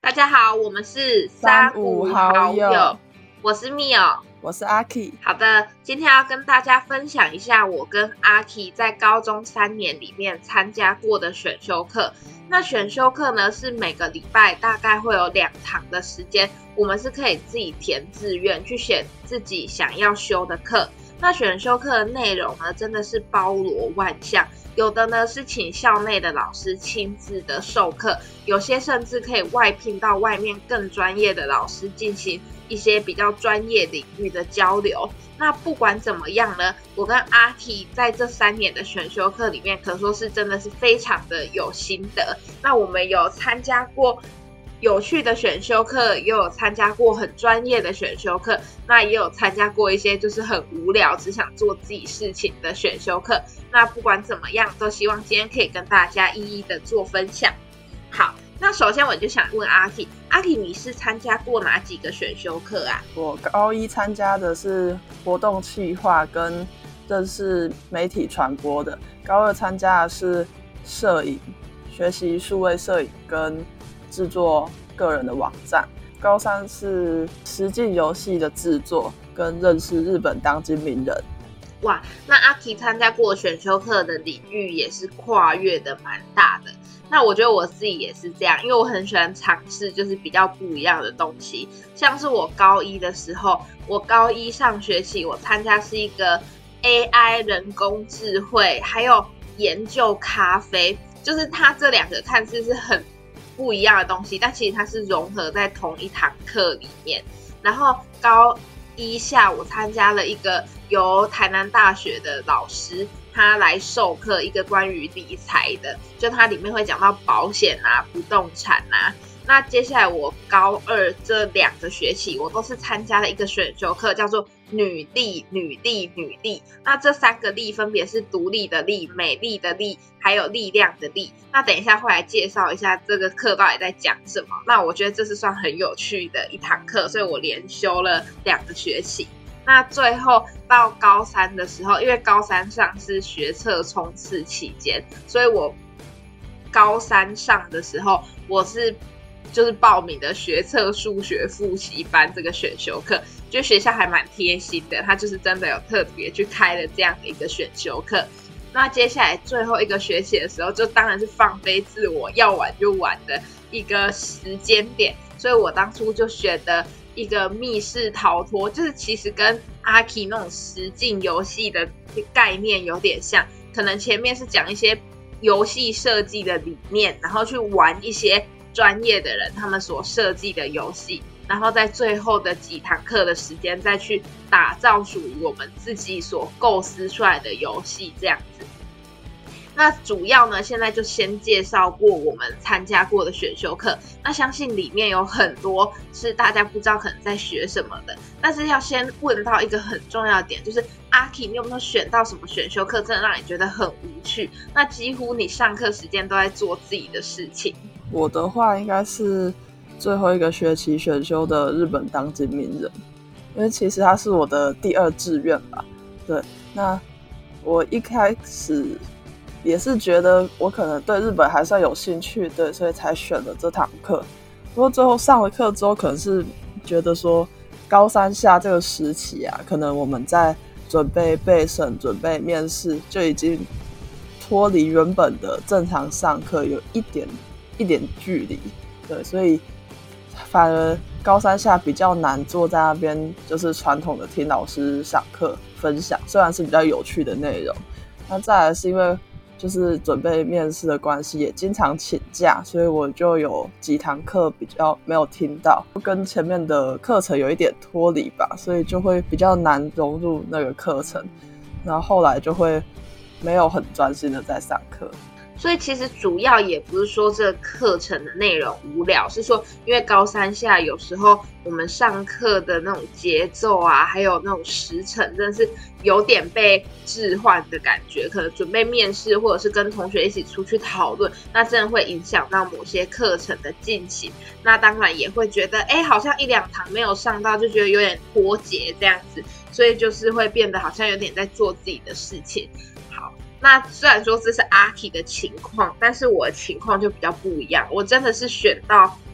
大家好，我们是 35好友， 我是 Mio， 我是阿 K。 好的，今天要跟大家分享一下我跟阿 K 在高中3年里面参加过的选修课。那选修课呢，是每个礼拜大概会有2堂的时间，我们是可以自己填志愿去选自己想要修的课。那选修课的内容呢，真的是包罗万象。有的呢是请校内的老师亲自的授课，有些甚至可以外聘到外面更专业的老师进行一些比较专业领域的交流。那不管怎么样呢，我跟阿 K 在这3年的选修课里面，可说是真的是非常的有心得。那我们有参加过有趣的选修课，也有参加过很专业的选修课，那也有参加过一些就是很无聊只想做自己事情的选修课。那不管怎么样，都希望今天可以跟大家一一的做分享。好，那首先我就想问阿 K， 阿 K 你是参加过哪几个选修课啊？ 我高一参加的是活动企划跟认识媒体传播的，高二参加的是摄影，学习数位摄影跟制作个人的网站，高三是实境游戏的制作跟认识日本当今名人。 哇，那阿 K 参加过选修课的领域也是跨越的蛮大的。那我觉得我自己也是这样，因为我很喜欢尝试就是比较不一样的东西。像是我高一的时候，我高一上学期我参加是一个 AI 人工智慧还有研究咖啡，就是它这2个看似是很不一样的东西，但其实它是融合在同一堂课里面。然后高一下我参加了一个由台南大学的老师他来授课，一个关于理财的，就它里面会讲到保险啊、不动产啊。那接下来我高2这2个学期我都是参加了一个选修课，叫做女力。那这3个力分别是独立的力、美丽的力还有力量的力。那等一下会来介绍一下这个课到底在讲什么。那我觉得这是算很有趣的一堂课，所以我连修了2个学期。那最后到高3的时候，因为高3上是学测冲刺期间，所以我高3上的时候我是就是报名的学测数学复习班这个选修课，就学校还蛮贴心的，他就是真的有特别去开了这样的一个选修课。那接下来最后一个学期的时候，就当然是放飞自我，要玩就玩的一个时间点，所以我当初就选的一个密室逃脱，就是其实跟阿 K 那种实境游戏的概念有点像，可能前面是讲一些游戏设计的理念，然后去玩一些专业的人他们所设计的游戏，然后在最后的几堂课的时间再去打造属于我们自己所构思出来的游戏这样子。那主要呢，现在就先介绍过我们参加过的选修课，那相信里面有很多是大家不知道可能在学什么的，但是要先问到一个很重要的点，就是阿 K 你有没有选到什么选修课真的让你觉得很无趣，那几乎你上课时间都在做自己的事情？ 我的话应该是最后一个学期选修的日本当今名人，因为其实它是我的第2志愿吧。对，那我一开始也是觉得我可能对日本还算有兴趣，对，所以才选了这堂课。不过最后上了课之后，可能是觉得说高3下这个时期啊，可能我们在准备备审、准备面试，就已经脱离原本的正常上课有一点距离，对，所以反而高3下比较难坐在那边，就是传统的听老师上课分享，虽然是比较有趣的内容。那再来是因为就是准备面试的关系，也经常请假，所以我就有几堂课比较没有听到，跟前面的课程有一点脱离吧，所以就会比较难融入那个课程，然后后来就会没有很专心的在上课。 所以其实主要也不是说这个课程的内容无聊，是说因为高3下有时候我们上课的那种节奏啊，还有那种时程真的是有点被置换的感觉，可能准备面试或者是跟同学一起出去讨论，那真的会影响到某些课程的进行。那当然也会觉得好像1-2堂没有上到，就觉得有点脱节这样子，所以就是会变得好像有点在做自己的事情。好，那虽然说这是阿 K 的情况，但是我的情况就比较不一样，我真的是选到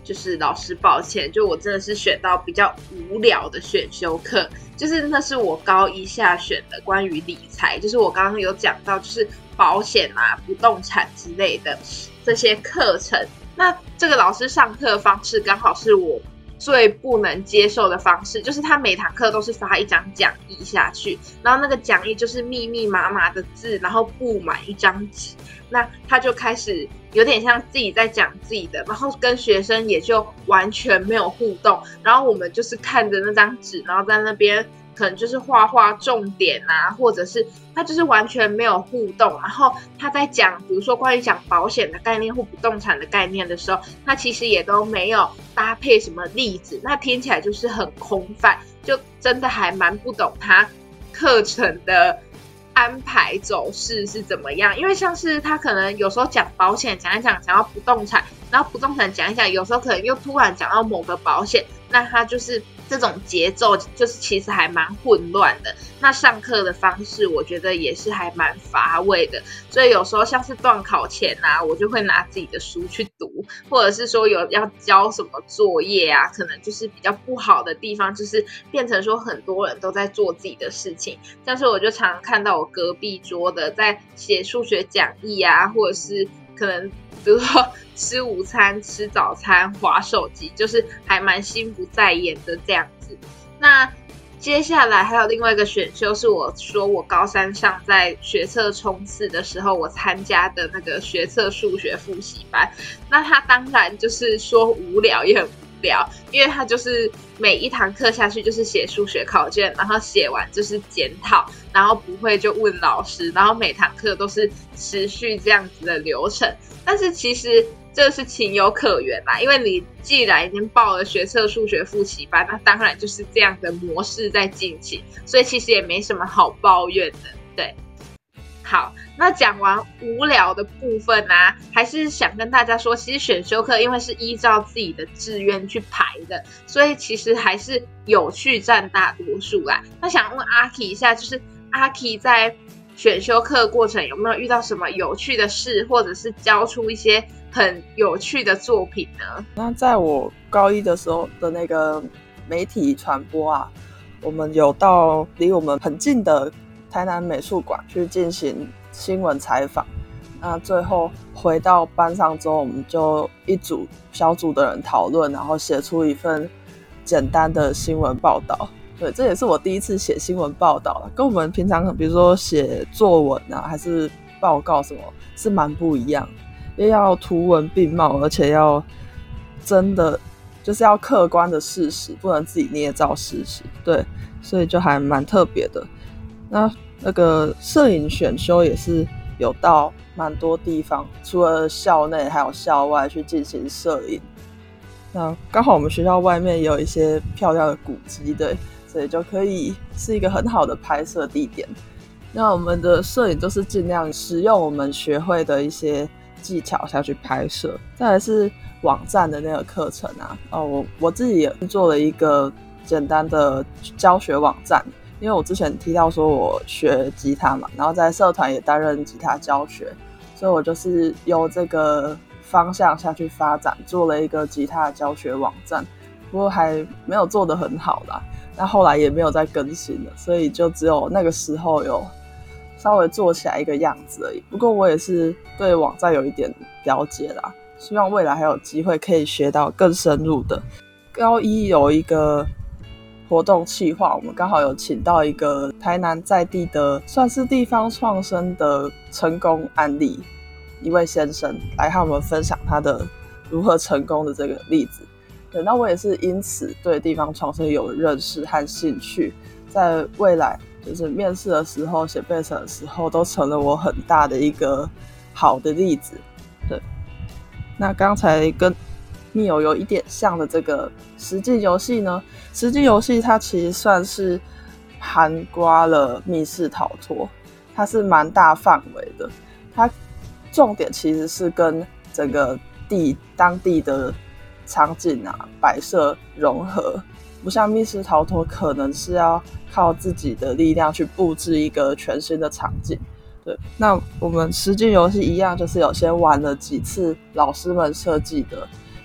就是老师抱歉，就我真的是选到比较无聊的选修课，就是那是我高一下选的关于理财，就是我刚刚有讲到就是保险啊、不动产之类的这些课程。那这个老师上课的方式刚好是我最不能接受的方式，就是他每堂课都是发一张讲义下去，然后那个讲义就是密密麻麻的字，然后布满一张纸，那他就开始有点像自己在讲自己的，然后跟学生也就完全没有互动，然后我们就是看着那张纸，然后在那边可能就是画画重点啊，或者是他就是完全没有互动。然后他在讲比如说关于讲保险的概念或不动产的概念的时候，他其实也都没有搭配什么例子，那听起来就是很空泛，就真的还蛮不懂他课程的安排走势是怎么样。因为像是他可能有时候讲保险讲一讲到不动产，然后不动产讲一讲，有时候可能又突然讲到某个保险，那他就是这种节奏就是其实还蛮混乱的。那上课的方式我觉得也是还蛮乏味的，所以有时候像是段考前啊，我就会拿自己的书去读，或者是说有要交什么作业啊，可能就是比较不好的地方就是变成说很多人都在做自己的事情，像是我就常看到我隔壁桌的在写数学讲义啊，或者是可能比如说吃午餐、吃早餐、滑手机，就是还蛮心不在焉的这样子。那接下来还有另外一个选修是我说我高三上在学测冲刺的时候我参加的那个学测数学复习班。那他当然就是说无聊也很无聊，因为他就是每一堂课下去就是写数学考卷，然后写完就是检讨，然后不会就问老师，然后每堂课都是持续这样子的流程。但是其实这是情有可原啦，因为你既然已经报了学测数学复习班，那当然就是这样的模式在进行，所以其实也没什么好抱怨的。对，好，那讲完无聊的部分啊，还是想跟大家说，其实选修课因为是依照自己的志愿去排的，所以其实还是有趣占大多数啦。那想问阿 K 一下，就是阿 K 在选修课过程有没有遇到什么有趣的事，或者是教出一些很有趣的作品呢？ 那在我高一的时候的那个媒体传播啊，我们有到离我们很近的台南美术馆去进行新闻采访。那最后回到班上之后，我们就一组小组的人讨论，然后写出一份简单的新闻报道。对，这也是我第一次写新闻报道，跟我们平常比如说写作文啊，还是报告什么，是蛮不一样的。因为要图文并茂，而且要真的就是要客观的事实，不能自己捏造事实。对，所以就还蛮特别的。那个摄影选修也是有到蛮多地方，除了校内还有校外去进行摄影。那刚好我们学校外面也有一些漂亮的古迹，对，所以就可以是一个很好的拍摄地点。那我们的摄影都是尽量使用我们学会的一些技巧下去拍摄。再来是网站的那个课程啊，我自己也做了一个简单的教学网站，因为我之前提到说我学吉他嘛，然后在社团也担任吉他教学，所以我就是由这个方向下去发展，做了一个吉他教学网站，不过还没有做得很好啦，那后来也没有再更新了，所以就只有那个时候有稍微做起来一个样子而已。不过我也是对网站有一点了解啦，希望未来还有机会可以学到更深入的。高一有一个活动企划，我们刚好有请到一个台南在地的算是地方创生的成功案例，一位先生来和我们分享他的如何成功的这个例子。对，那我也是因此对地方创生有认识和兴趣，在未来就是面试的时候写备审的时候都成了我很大的一个好的例子。对，那刚才跟密友有一点像的这个实境游戏呢，实境游戏它其实算是涵盖了密室逃脱，它是蛮大范围的，它重点其实是跟整个当地的场景啊摆设融合，不像密室逃脱可能是要靠自己的力量去布置一个全新的场景。对，那我们实境游戏一样，就是有先玩了几次老师们设计的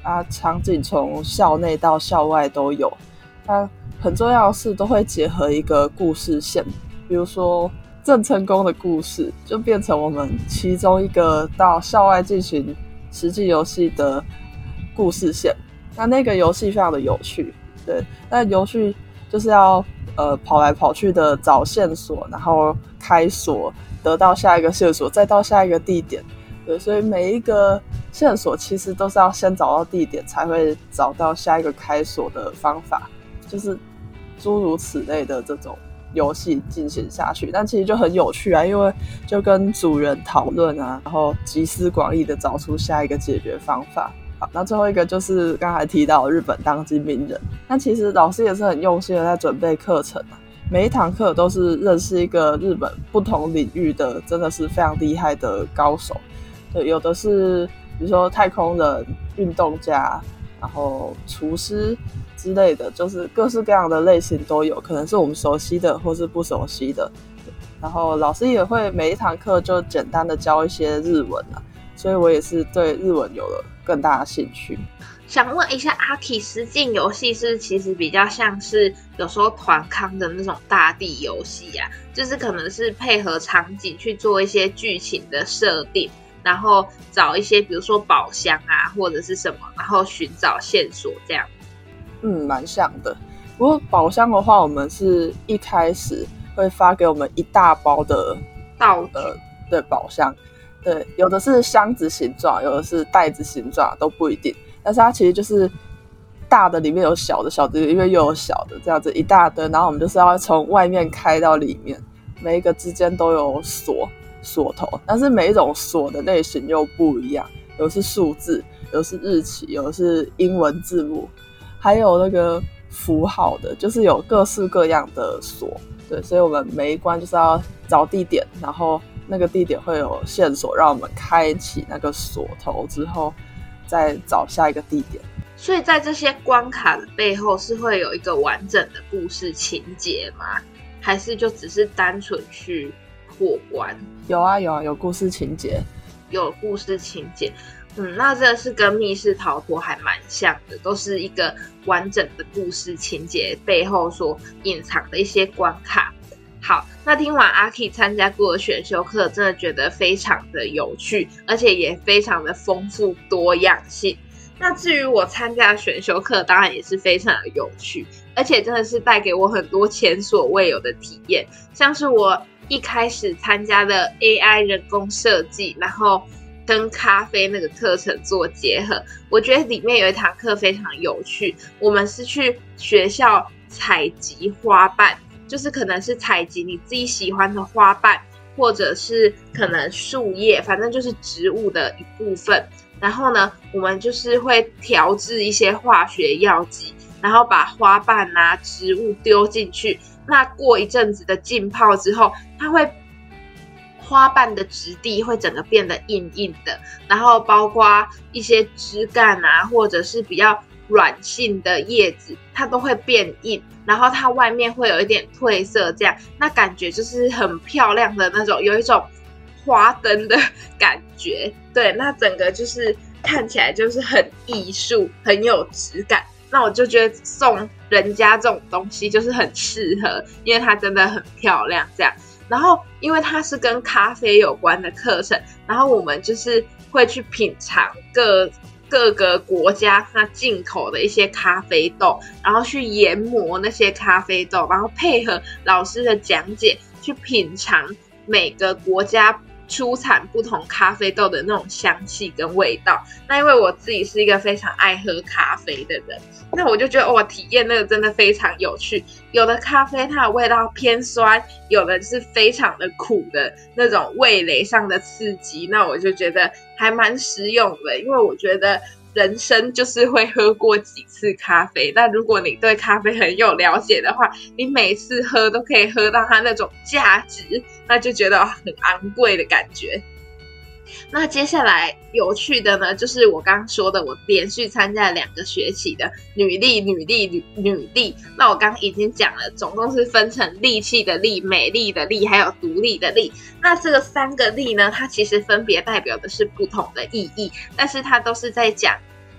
场景从校内到校外都有。它很重要的是都会结合一个故事线，比如说郑成功的故事就变成我们其中一个到校外进行实际游戏的故事线。那个游戏非常的有趣，对，那游戏就是要跑来跑去的找线索，然后开锁，得到下一个线索，再到下一个地点。对，所以每一个线索其实都是要先找到地点，才会找到下一个开锁的方法，就是诸如此类的这种游戏进行下去。但其实就很有趣啊，因为就跟主人讨论啊，然后集思广益的找出下一个解决方法。好，那最后一个就是刚才提到日本当今名人。那其实老师也是很用心的在准备课程啊，每一堂课都是认识一个日本不同领域的真的是非常厉害的高手。对，有的是比如说太空人、运动家，然后厨师之类的，就是各式各样的类型都有，可能是我们熟悉的或是不熟悉的。然后老师也会每一堂课就简单的教一些日文啊，所以我也是对日文有了更大的兴趣。 想问一下阿 K， 实境游戏是不是其实比较像是有时候团康的那种大地游戏啊，就是可能是配合场景去做一些剧情的设定，然后找一些比如说宝箱啊或者是什么，然后寻找线索这样。 蛮像的。不过宝箱的话，我们是一开始会发给我们一大包的道具， 对，宝箱。对，有的是箱子形状，有的是袋子形状，都不一定。但是它其实就是大的里面有小的，小的里面又有小的，这样子一大堆。然后我们就是要从外面开到里面，每一个之间都有锁头，但是每一种锁的类型又不一样，有的是数字，有的是日期，有的是英文字幕，还有那个符号的，就是有各式各样的锁。对，所以我们每一关就是要找地点，然后那个地点会有线索让我们开启那个锁头之后再找下一个地点。 所以在这些关卡的背后是会有一个完整的故事情节吗？还是就只是单纯去过关？ 有啊，有故事情节， 有故事情节。那这是跟密室逃脱还蛮像的，都是一个完整的故事情节背后所隐藏的一些关卡。好，那听完阿 K 参加过的选修课，真的觉得非常的有趣，而且也非常的丰富多样性。那至于我参加的选修课，当然也是非常的有趣，而且真的是带给我很多前所未有的体验，像是我一开始参加的 AI 人工设计，然后跟咖啡那个课程做结合，我觉得里面有一堂课非常有趣，我们是去学校采集花瓣，就是可能是采集你自己喜欢的花瓣，或者是可能树叶，反正就是植物的一部分。然后呢，我们就是会调制一些化学药剂，然后把花瓣啊、植物丢进去。那过一阵子的浸泡之后，它会花瓣的质地会整个变得硬硬的，然后包括一些枝干啊，或者是比较软性的叶子，它都会变硬，然后它外面会有一点褪色，这样那感觉就是很漂亮的那种，有一种花灯的感觉。对，那整个就是看起来就是很艺术，很有质感。那我就觉得送人家这种东西就是很适合，因为它真的很漂亮这样。然后因为它是跟咖啡有关的课程，然后我们就是会去品尝各个国家那进口的一些咖啡豆，然后去研磨那些咖啡豆，然后配合老师的讲解去品尝每个国家出产不同咖啡豆的那种香气跟味道。那因为我自己是一个非常爱喝咖啡的人，那我就觉得体验那个真的非常有趣。有的咖啡它的味道偏酸，有的是非常的苦的那种味蕾上的刺激，那我就觉得还蛮实用的。因为我觉得人生就是会喝过几次咖啡，那如果你对咖啡很有了解的话，你每次喝都可以喝到它那种价值，那就觉得很昂贵的感觉。那接下来有趣的呢，就是我刚刚说的，我连续参加了2个学期的女力。那我刚刚已经讲了，总共是分成力气的力、美丽的力，还有独立的力。那这个3个力呢，它其实分别代表的是不同的意义，但是它都是在讲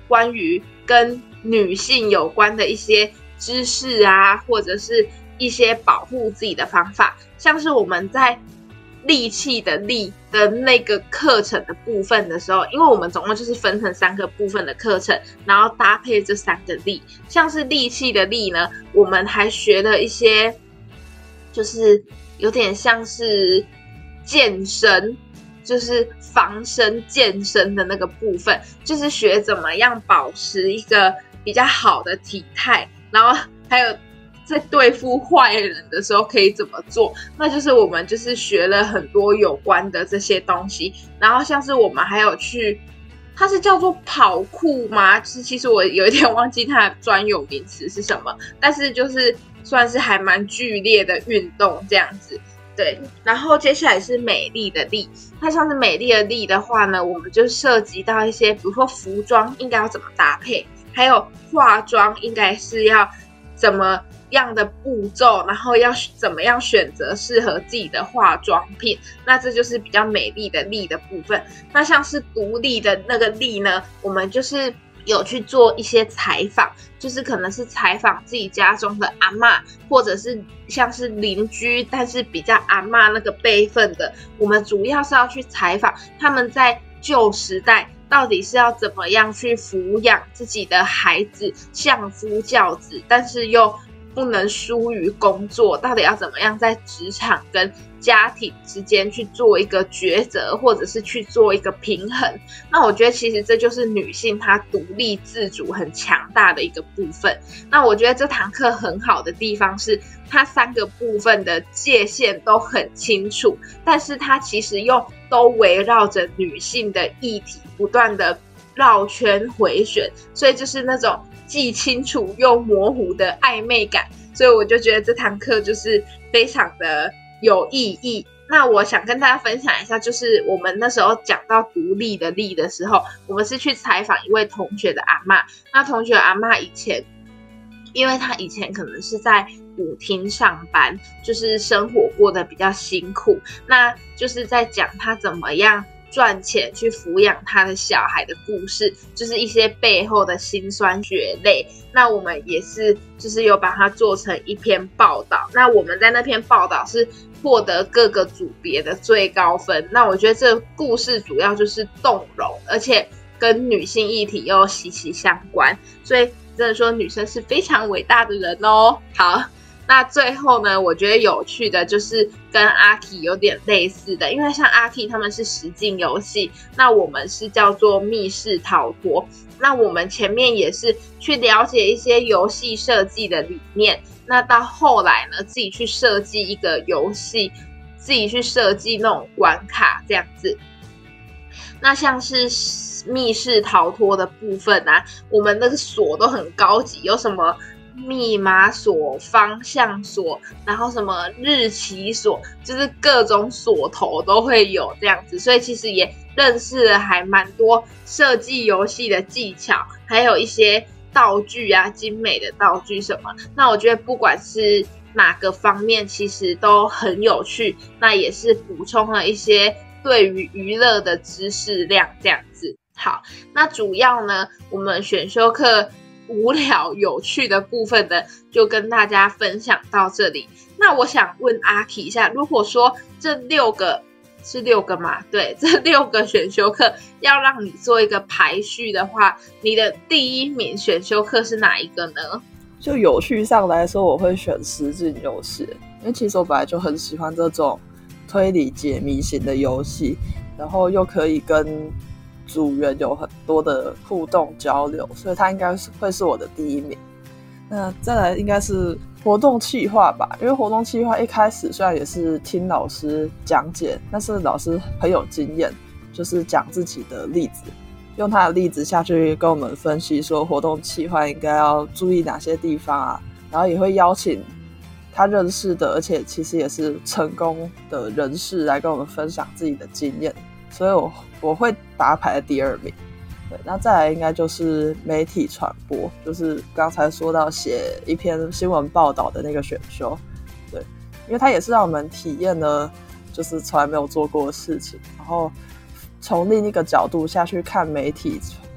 关于跟女性有关的一些知识啊，或者是一些保护自己的方法，像是我们在力气的力的那个课程的部分的时候，因为我们总共就是分成3个部分的课程，然后搭配这3个力，像是力气的力呢，我们还学了一些就是有点像是健身，就是防身健身的那个部分，就是学怎么样保持一个比较好的体态，然后还有在对付坏人的时候可以怎么做，那就是我们就是学了很多有关的这些东西。然后像是我们还有去，它是叫做跑酷吗？其实我有一点忘记它的专有名词是什么，但是就是算是还蛮剧烈的运动这样子。对，然后接下来是美丽的丽，那像是美丽的丽的话呢，我们就涉及到一些，比如说服装应该要怎么搭配，还有化妆应该是要怎么样的步骤，然后要怎么样选择适合自己的化妆品，那这就是比较美丽的丽的部分。那像是独立的那个丽呢，我们就是有去做一些采访，就是可能是采访自己家中的阿嬷，或者是像是邻居，但是比较阿嬷那个辈分的，我们主要是要去采访他们在旧时代到底是要怎么样去抚养自己的孩子，相夫教子，但是又不能疏于工作，到底要怎么样在职场跟家庭之间去做一个抉择，或者是去做一个平衡。那我觉得其实这就是女性她独立自主很强大的一个部分。那我觉得这堂课很好的地方是它3个部分的界限都很清楚，但是它其实又都围绕着女性的议题不断的绕圈回旋，所以就是那种既清楚又模糊的暧昧感，所以我就觉得这堂课就是非常的有意义。那我想跟大家分享一下，就是我们那时候讲到独立的立的时候，我们是去采访一位同学的阿嬷。那同学阿嬷以前，因为她以前可能是在舞厅上班，就是生活过得比较辛苦，那就是在讲她怎么样赚钱去抚养他的小孩的故事，就是一些背后的辛酸血泪。那我们也是就是有把它做成一篇报道，那我们在那篇报道是获得各个组别的最高分。那我觉得这个故事主要就是动容，而且跟女性议题又息息相关，所以真的说女生是非常伟大的人哦。好，那最后呢，我觉得有趣的就是跟阿 K 有点类似的，因为像阿 K 他们是实境游戏，那我们是叫做密室逃脱。那我们前面也是去了解一些游戏设计的理念，那到后来呢，自己去设计一个游戏，自己去设计那种关卡这样子。那像是密室逃脱的部分啊，我们那个锁都很高级，有什么密码锁、方向锁，然后什么日期锁，就是各种锁头都会有这样子，所以其实也认识了还蛮多设计游戏的技巧，还有一些道具啊，精美的道具什么。那我觉得不管是哪个方面，其实都很有趣，那也是补充了一些对于娱乐的知识量这样子。好，那主要呢，我们选修课无聊有趣的部分的就跟大家分享到这里。那我想问阿 K 一下，如果说这6个是6个吗？对，这6个选修课要让你做一个排序的话，你的第1名选修课是哪一个呢？ 就有趣上来说，我会选实境游戏，因为其实我本来就很喜欢这种推理解谜型的游戏，然后又可以跟组员有很多的互动交流，所以它应该会是我的第1名。那再来应该是活动企划吧，因为活动企划一开始虽然也是听老师讲解，但是老师很有经验，就是讲自己的例子，用他的例子下去跟我们分析说活动企划应该要注意哪些地方啊，然后也会邀请他认识的而且其实也是成功的人士来跟我们分享自己的经验，所以我会把它排在第2名。对，那再来应该就是媒体传播，就是刚才说到写一篇新闻报道的那个选修。对，因为它也是让我们体验了就是从来没有做过的事情，然后从另一个角度下去看媒体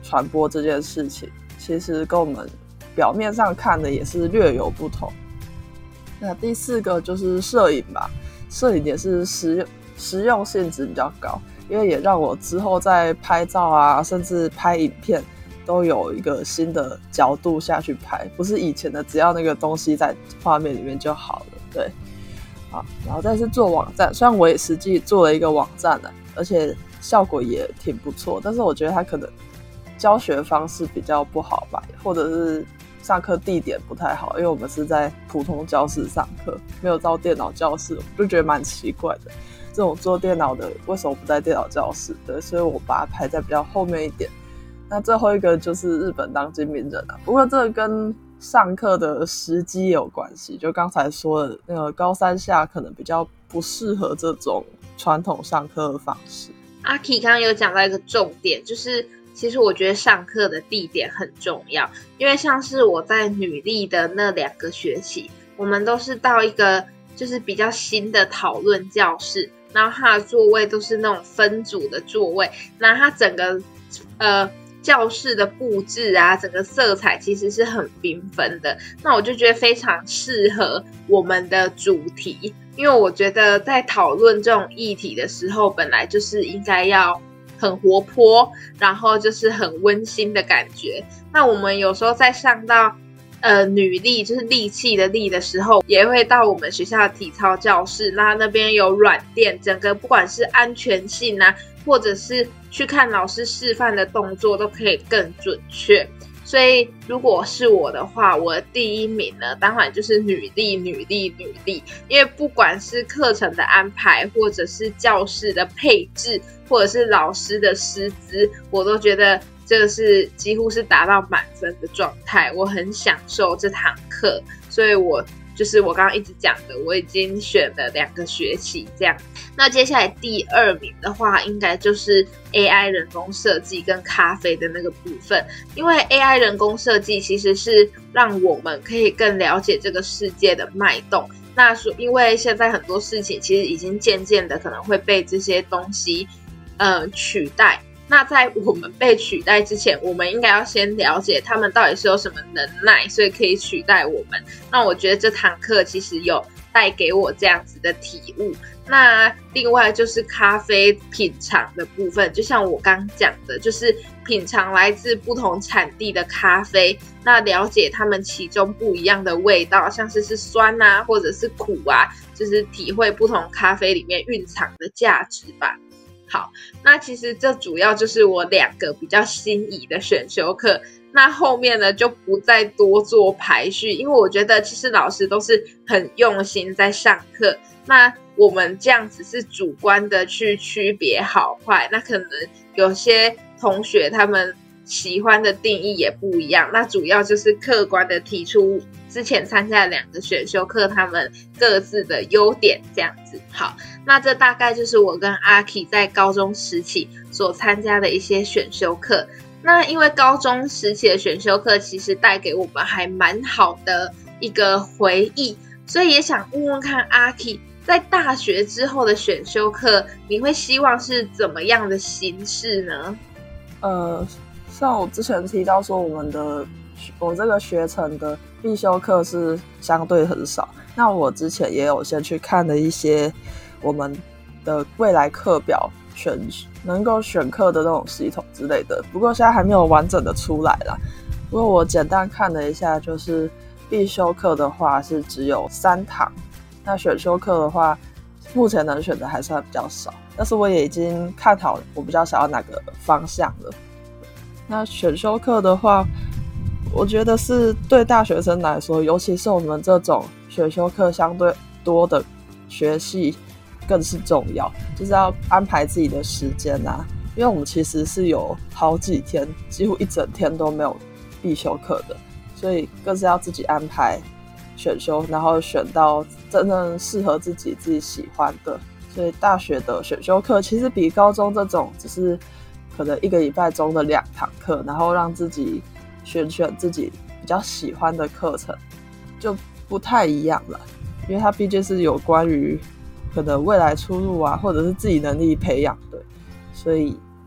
传播这件事情，其实跟我们表面上看的也是略有不同。那第4个就是摄影吧，摄影也是实用性质比较高，因为也让我之后在拍照啊，甚至拍影片都有一个新的角度下去拍，不是以前的只要那个东西在画面里面就好了。对，好，然后再是做网站，虽然我也实际做了一个网站了，而且效果也挺不错，但是我觉得它可能教学方式比较不好吧，或者是上课地点不太好，因为我们是在普通教室上课，没有到电脑教室，我就觉得蛮奇怪的。这种做电脑的为什么不在电脑教室？对，所以我把它排在比较后面一点。那最后一个就是日本当今名人啊，不过这个跟上课的时机也有关系，就刚才说的那个高3下可能比较不适合这种传统上课的方式。 阿 K 刚刚有讲到一个重点，就是其实我觉得上课的地点很重要，因为像是我在女力的那2个学期，我们都是到一个就是比较新的讨论教室，然后它的座位都是那种分组的座位，那它整个教室的布置啊，整个色彩其实是很缤纷的，那我就觉得非常适合我们的主题，因为我觉得在讨论这种议题的时候，本来就是应该要很活泼，然后就是很温馨的感觉。那我们有时候在上到女力，就是力气的力的时候，也会到我们学校的体操教室，那边有软垫，整个不管是安全性啊，或者是去看老师示范的动作都可以更准确。所以如果是我的话，我的第1名呢，当然就是女力，因为不管是课程的安排，或者是教室的配置，或者是老师的师资，我都觉得这个是几乎是达到满分的状态，我很享受这堂课，所以我就是我刚刚一直讲的，我已经选了2个学期这样。那接下来第2名的话，应该就是 AI 人工设计跟咖啡的那个部分，因为 AI 人工设计其实是让我们可以更了解这个世界的脉动。那因为现在很多事情其实已经渐渐的可能会被这些东西取代。那在我们被取代之前，我们应该要先了解他们到底是有什么能耐，所以可以取代我们。那我觉得这堂课其实有带给我这样子的体悟。那另外就是咖啡品尝的部分，就像我刚讲的，就是品尝来自不同产地的咖啡，那了解他们其中不一样的味道，像是酸啊，或者是苦啊，就是体会不同咖啡里面蕴藏的价值吧。好，那其实这主要就是我2个比较心仪的选修课，那后面呢就不再多做排序，因为我觉得其实老师都是很用心在上课，那我们这样只是主观的去区别好坏，那可能有些同学他们喜欢的定义也不一样，那主要就是客观的提出之前参加的2个选修课他们各自的优点这样子。好，那这大概就是我跟阿 K 在高中时期所参加的一些选修课。那因为高中时期的选修课其实带给我们还蛮好的一个回忆，所以也想问问看阿 K， 在大学之后的选修课你会希望是怎么样的形式呢？ 像我之前提到说我这个学程的必修课是相对很少，那我之前也有先去看了一些我们的未来课表能够选课的那种系统之类的，不过现在还没有完整的出来啦。不过我简单看了一下，就是必修课的话是只有3堂，那选修课的话目前能选的还算比较少，但是我也已经看好我比较想要哪个方向了。那选修课的话，我觉得是对大学生来说，尤其是我们这种选修课相对多的学系更是重要，就是要安排自己的时间啊，因为我们其实是有好几天几乎一整天都没有必修课的，所以更是要自己安排选修，然后选到真正适合自己喜欢的。所以大学的选修课其实比高中这种只是可能1个礼拜中的2堂课，然后让自己选自己比较喜欢的课程，就不太一样了，因为它毕竟是有关于可能未来出路啊，或者是自己能力培养的，所以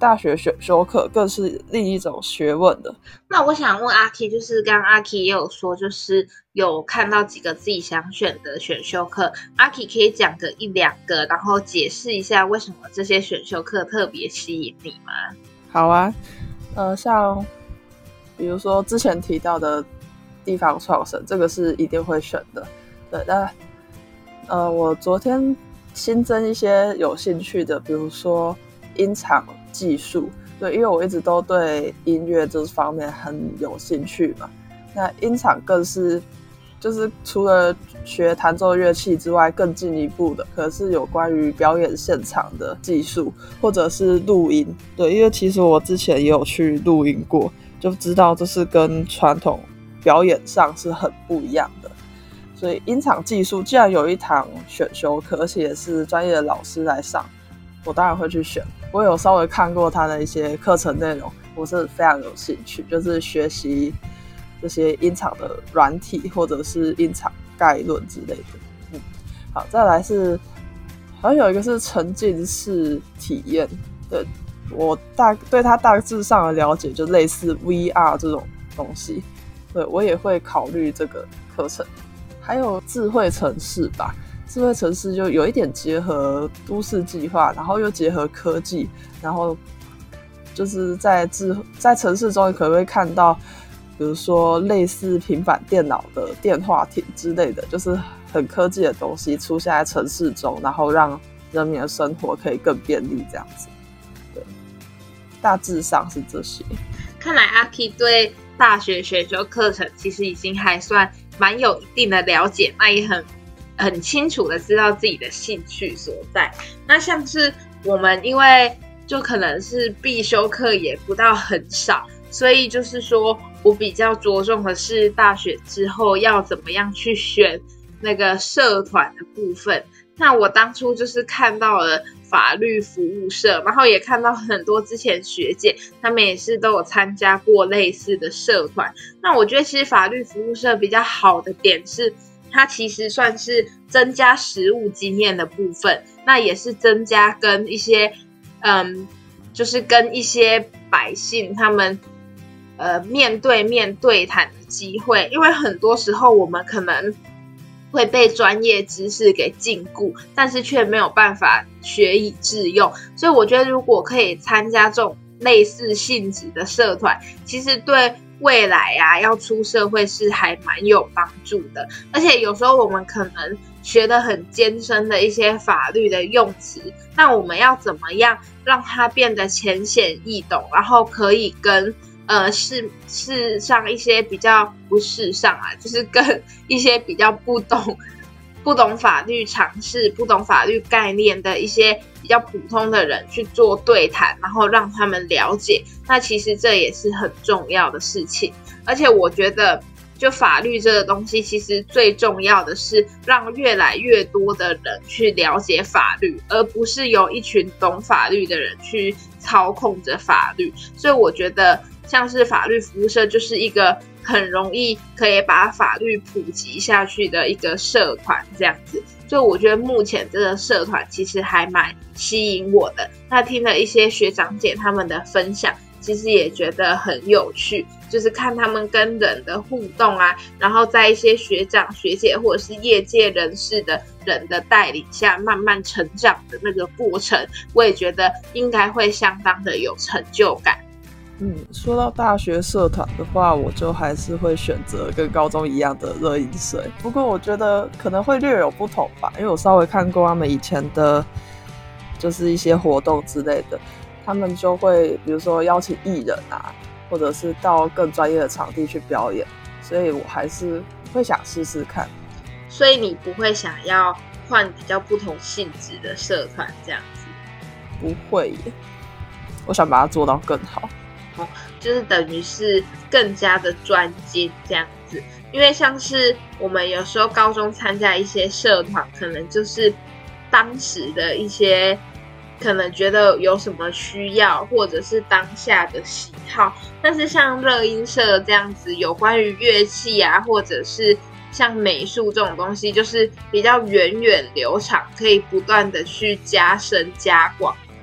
大学选修课更是另一种学问的。 那我想问阿 K， 就是刚刚阿 K 也有说，就是有看到几个自己想选的选修课，阿 K 可以讲个一两个，然后解释一下为什么这些选修课特别吸引你吗？ 好啊，像比如说之前提到的地方创生，这个是一定会选的。对，那我昨天新增一些有兴趣的，比如说音场技术。对，因为我一直都对音乐这方面很有兴趣嘛。那音场更是就是除了学弹奏乐器之外，更进一步的可是有关于表演现场的技术，或者是录音。对，因为其实我之前也有去录音过，就知道这是跟传统表演上是很不一样的。所以音场技术既然有一堂选修课，而且也是专业的老师来上，我当然会去选。我有稍微看过他的一些课程内容，我是非常有兴趣，就是学习这些音场的软体或者是音场概论之类的。好，再来是好像有一个是沉浸式体验，对，我对它大致上的了解就类似 VR 这种东西，对，我也会考虑这个课程。还有智慧城市吧，智慧城市就有一点结合都市计划，然后又结合科技，然后就是在城市中你可能会看到比如说类似平板电脑的电话亭之类的，就是很科技的东西出现在城市中，然后让人民的生活可以更便利这样子。对，大致上是这些。 看来阿 K 对大学选修课程其实已经还算蛮有一定的了解，那也很清楚的知道自己的兴趣所在。那像是我们因为就可能是必修课也不到很少，所以就是说我比较着重的是大学之后要怎么样去选那个社团的部分。那我当初就是看到了法律服务社，然后也看到很多之前学姐他们也是都有参加过类似的社团。那我觉得其实法律服务社比较好的点是它其实算是增加实务经验的部分，那也是增加跟一些就是跟一些百姓他们面对面对谈的机会。因为很多时候我们可能会被专业知识给禁锢，但是却没有办法学以致用。所以我觉得如果可以参加这种类似性质的社团，其实对未来啊要出社会是还蛮有帮助的。而且有时候我们可能学得很艰深的一些法律的用词，那我们要怎么样让它变得浅显易懂，然后可以跟世上一些比较不世上啊，就是跟一些比较不懂法律常识、不懂法律概念的一些比较普通的人去做对谈，然后让他们了解。那其实这也是很重要的事情。而且我觉得就法律这个东西，其实最重要的是让越来越多的人去了解法律，而不是由一群懂法律的人去操控着法律。所以我觉得像是法律服务社就是一个很容易可以把法律普及下去的一个社团这样子。所以我觉得目前这个社团其实还蛮吸引我的。那听了一些学长姐他们的分享，其实也觉得很有趣，就是看他们跟人的互动啊，然后在一些学长学姐或者是业界人士的人的带领下慢慢成长的那个过程，我也觉得应该会相当的有成就感。 说到大学社团的话，我就还是会选择跟高中一样的热音社，不过我觉得可能会略有不同吧，因为我稍微看过他们以前的就是一些活动之类的，他们就会比如说邀请艺人啊，或者是到更专业的场地去表演，所以我还是会想试试看。 所以你不会想要换比较不同性质的社团这样子？ 不会耶，我想把它做到更好。 就是等于是更加的专精这样子。因为像是我们有时候高中参加一些社团，可能就是当时的一些可能觉得有什么需要，或者是当下的喜好。但是像热音社这样子有关于乐器啊，或者是像美术这种东西，就是比较源远流长，可以不断的去加深加广。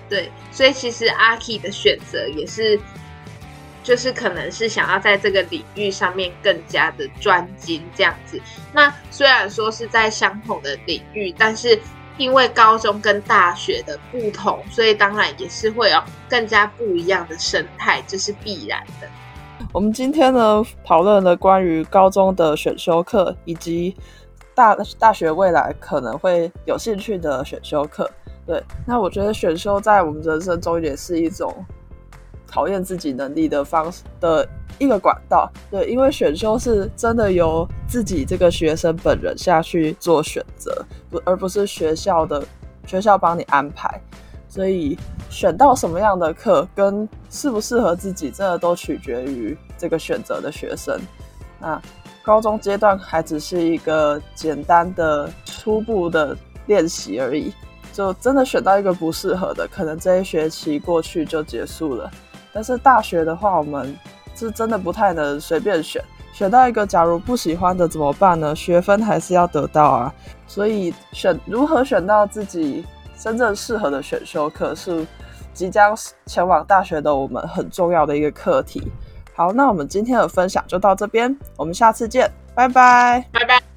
对，所以其实阿 K 的选择也是，就是可能是想要在这个领域上面更加的专精这样子。那虽然说是在相同的领域，但是因为高中跟大学的不同，所以当然也是会有更加不一样的生态，这是必然的。 我们今天呢讨论了关于高中的选修课，以及大学未来可能会有兴趣的选修课。对，那我觉得选修在我们人生中也是一种考验自己能力的方式的一个管道。对，因为选修是真的由自己这个学生本人下去做选择，而不是学校帮你安排。所以选到什么样的课跟适不适合自己，真的都取决于这个选择的学生。那高中阶段还只是一个简单的初步的练习而已，就真的选到一个不适合的，可能这一学期过去就结束了。但是大学的话，我们是真的不太能随便选到一个假如不喜欢的怎么办呢？学分还是要得到啊。所以如何选到自己真正适合的选修课，是即将前往大学的我们很重要的一个课题。好，那我们今天的分享就到这边，我们下次见，拜拜。 拜拜。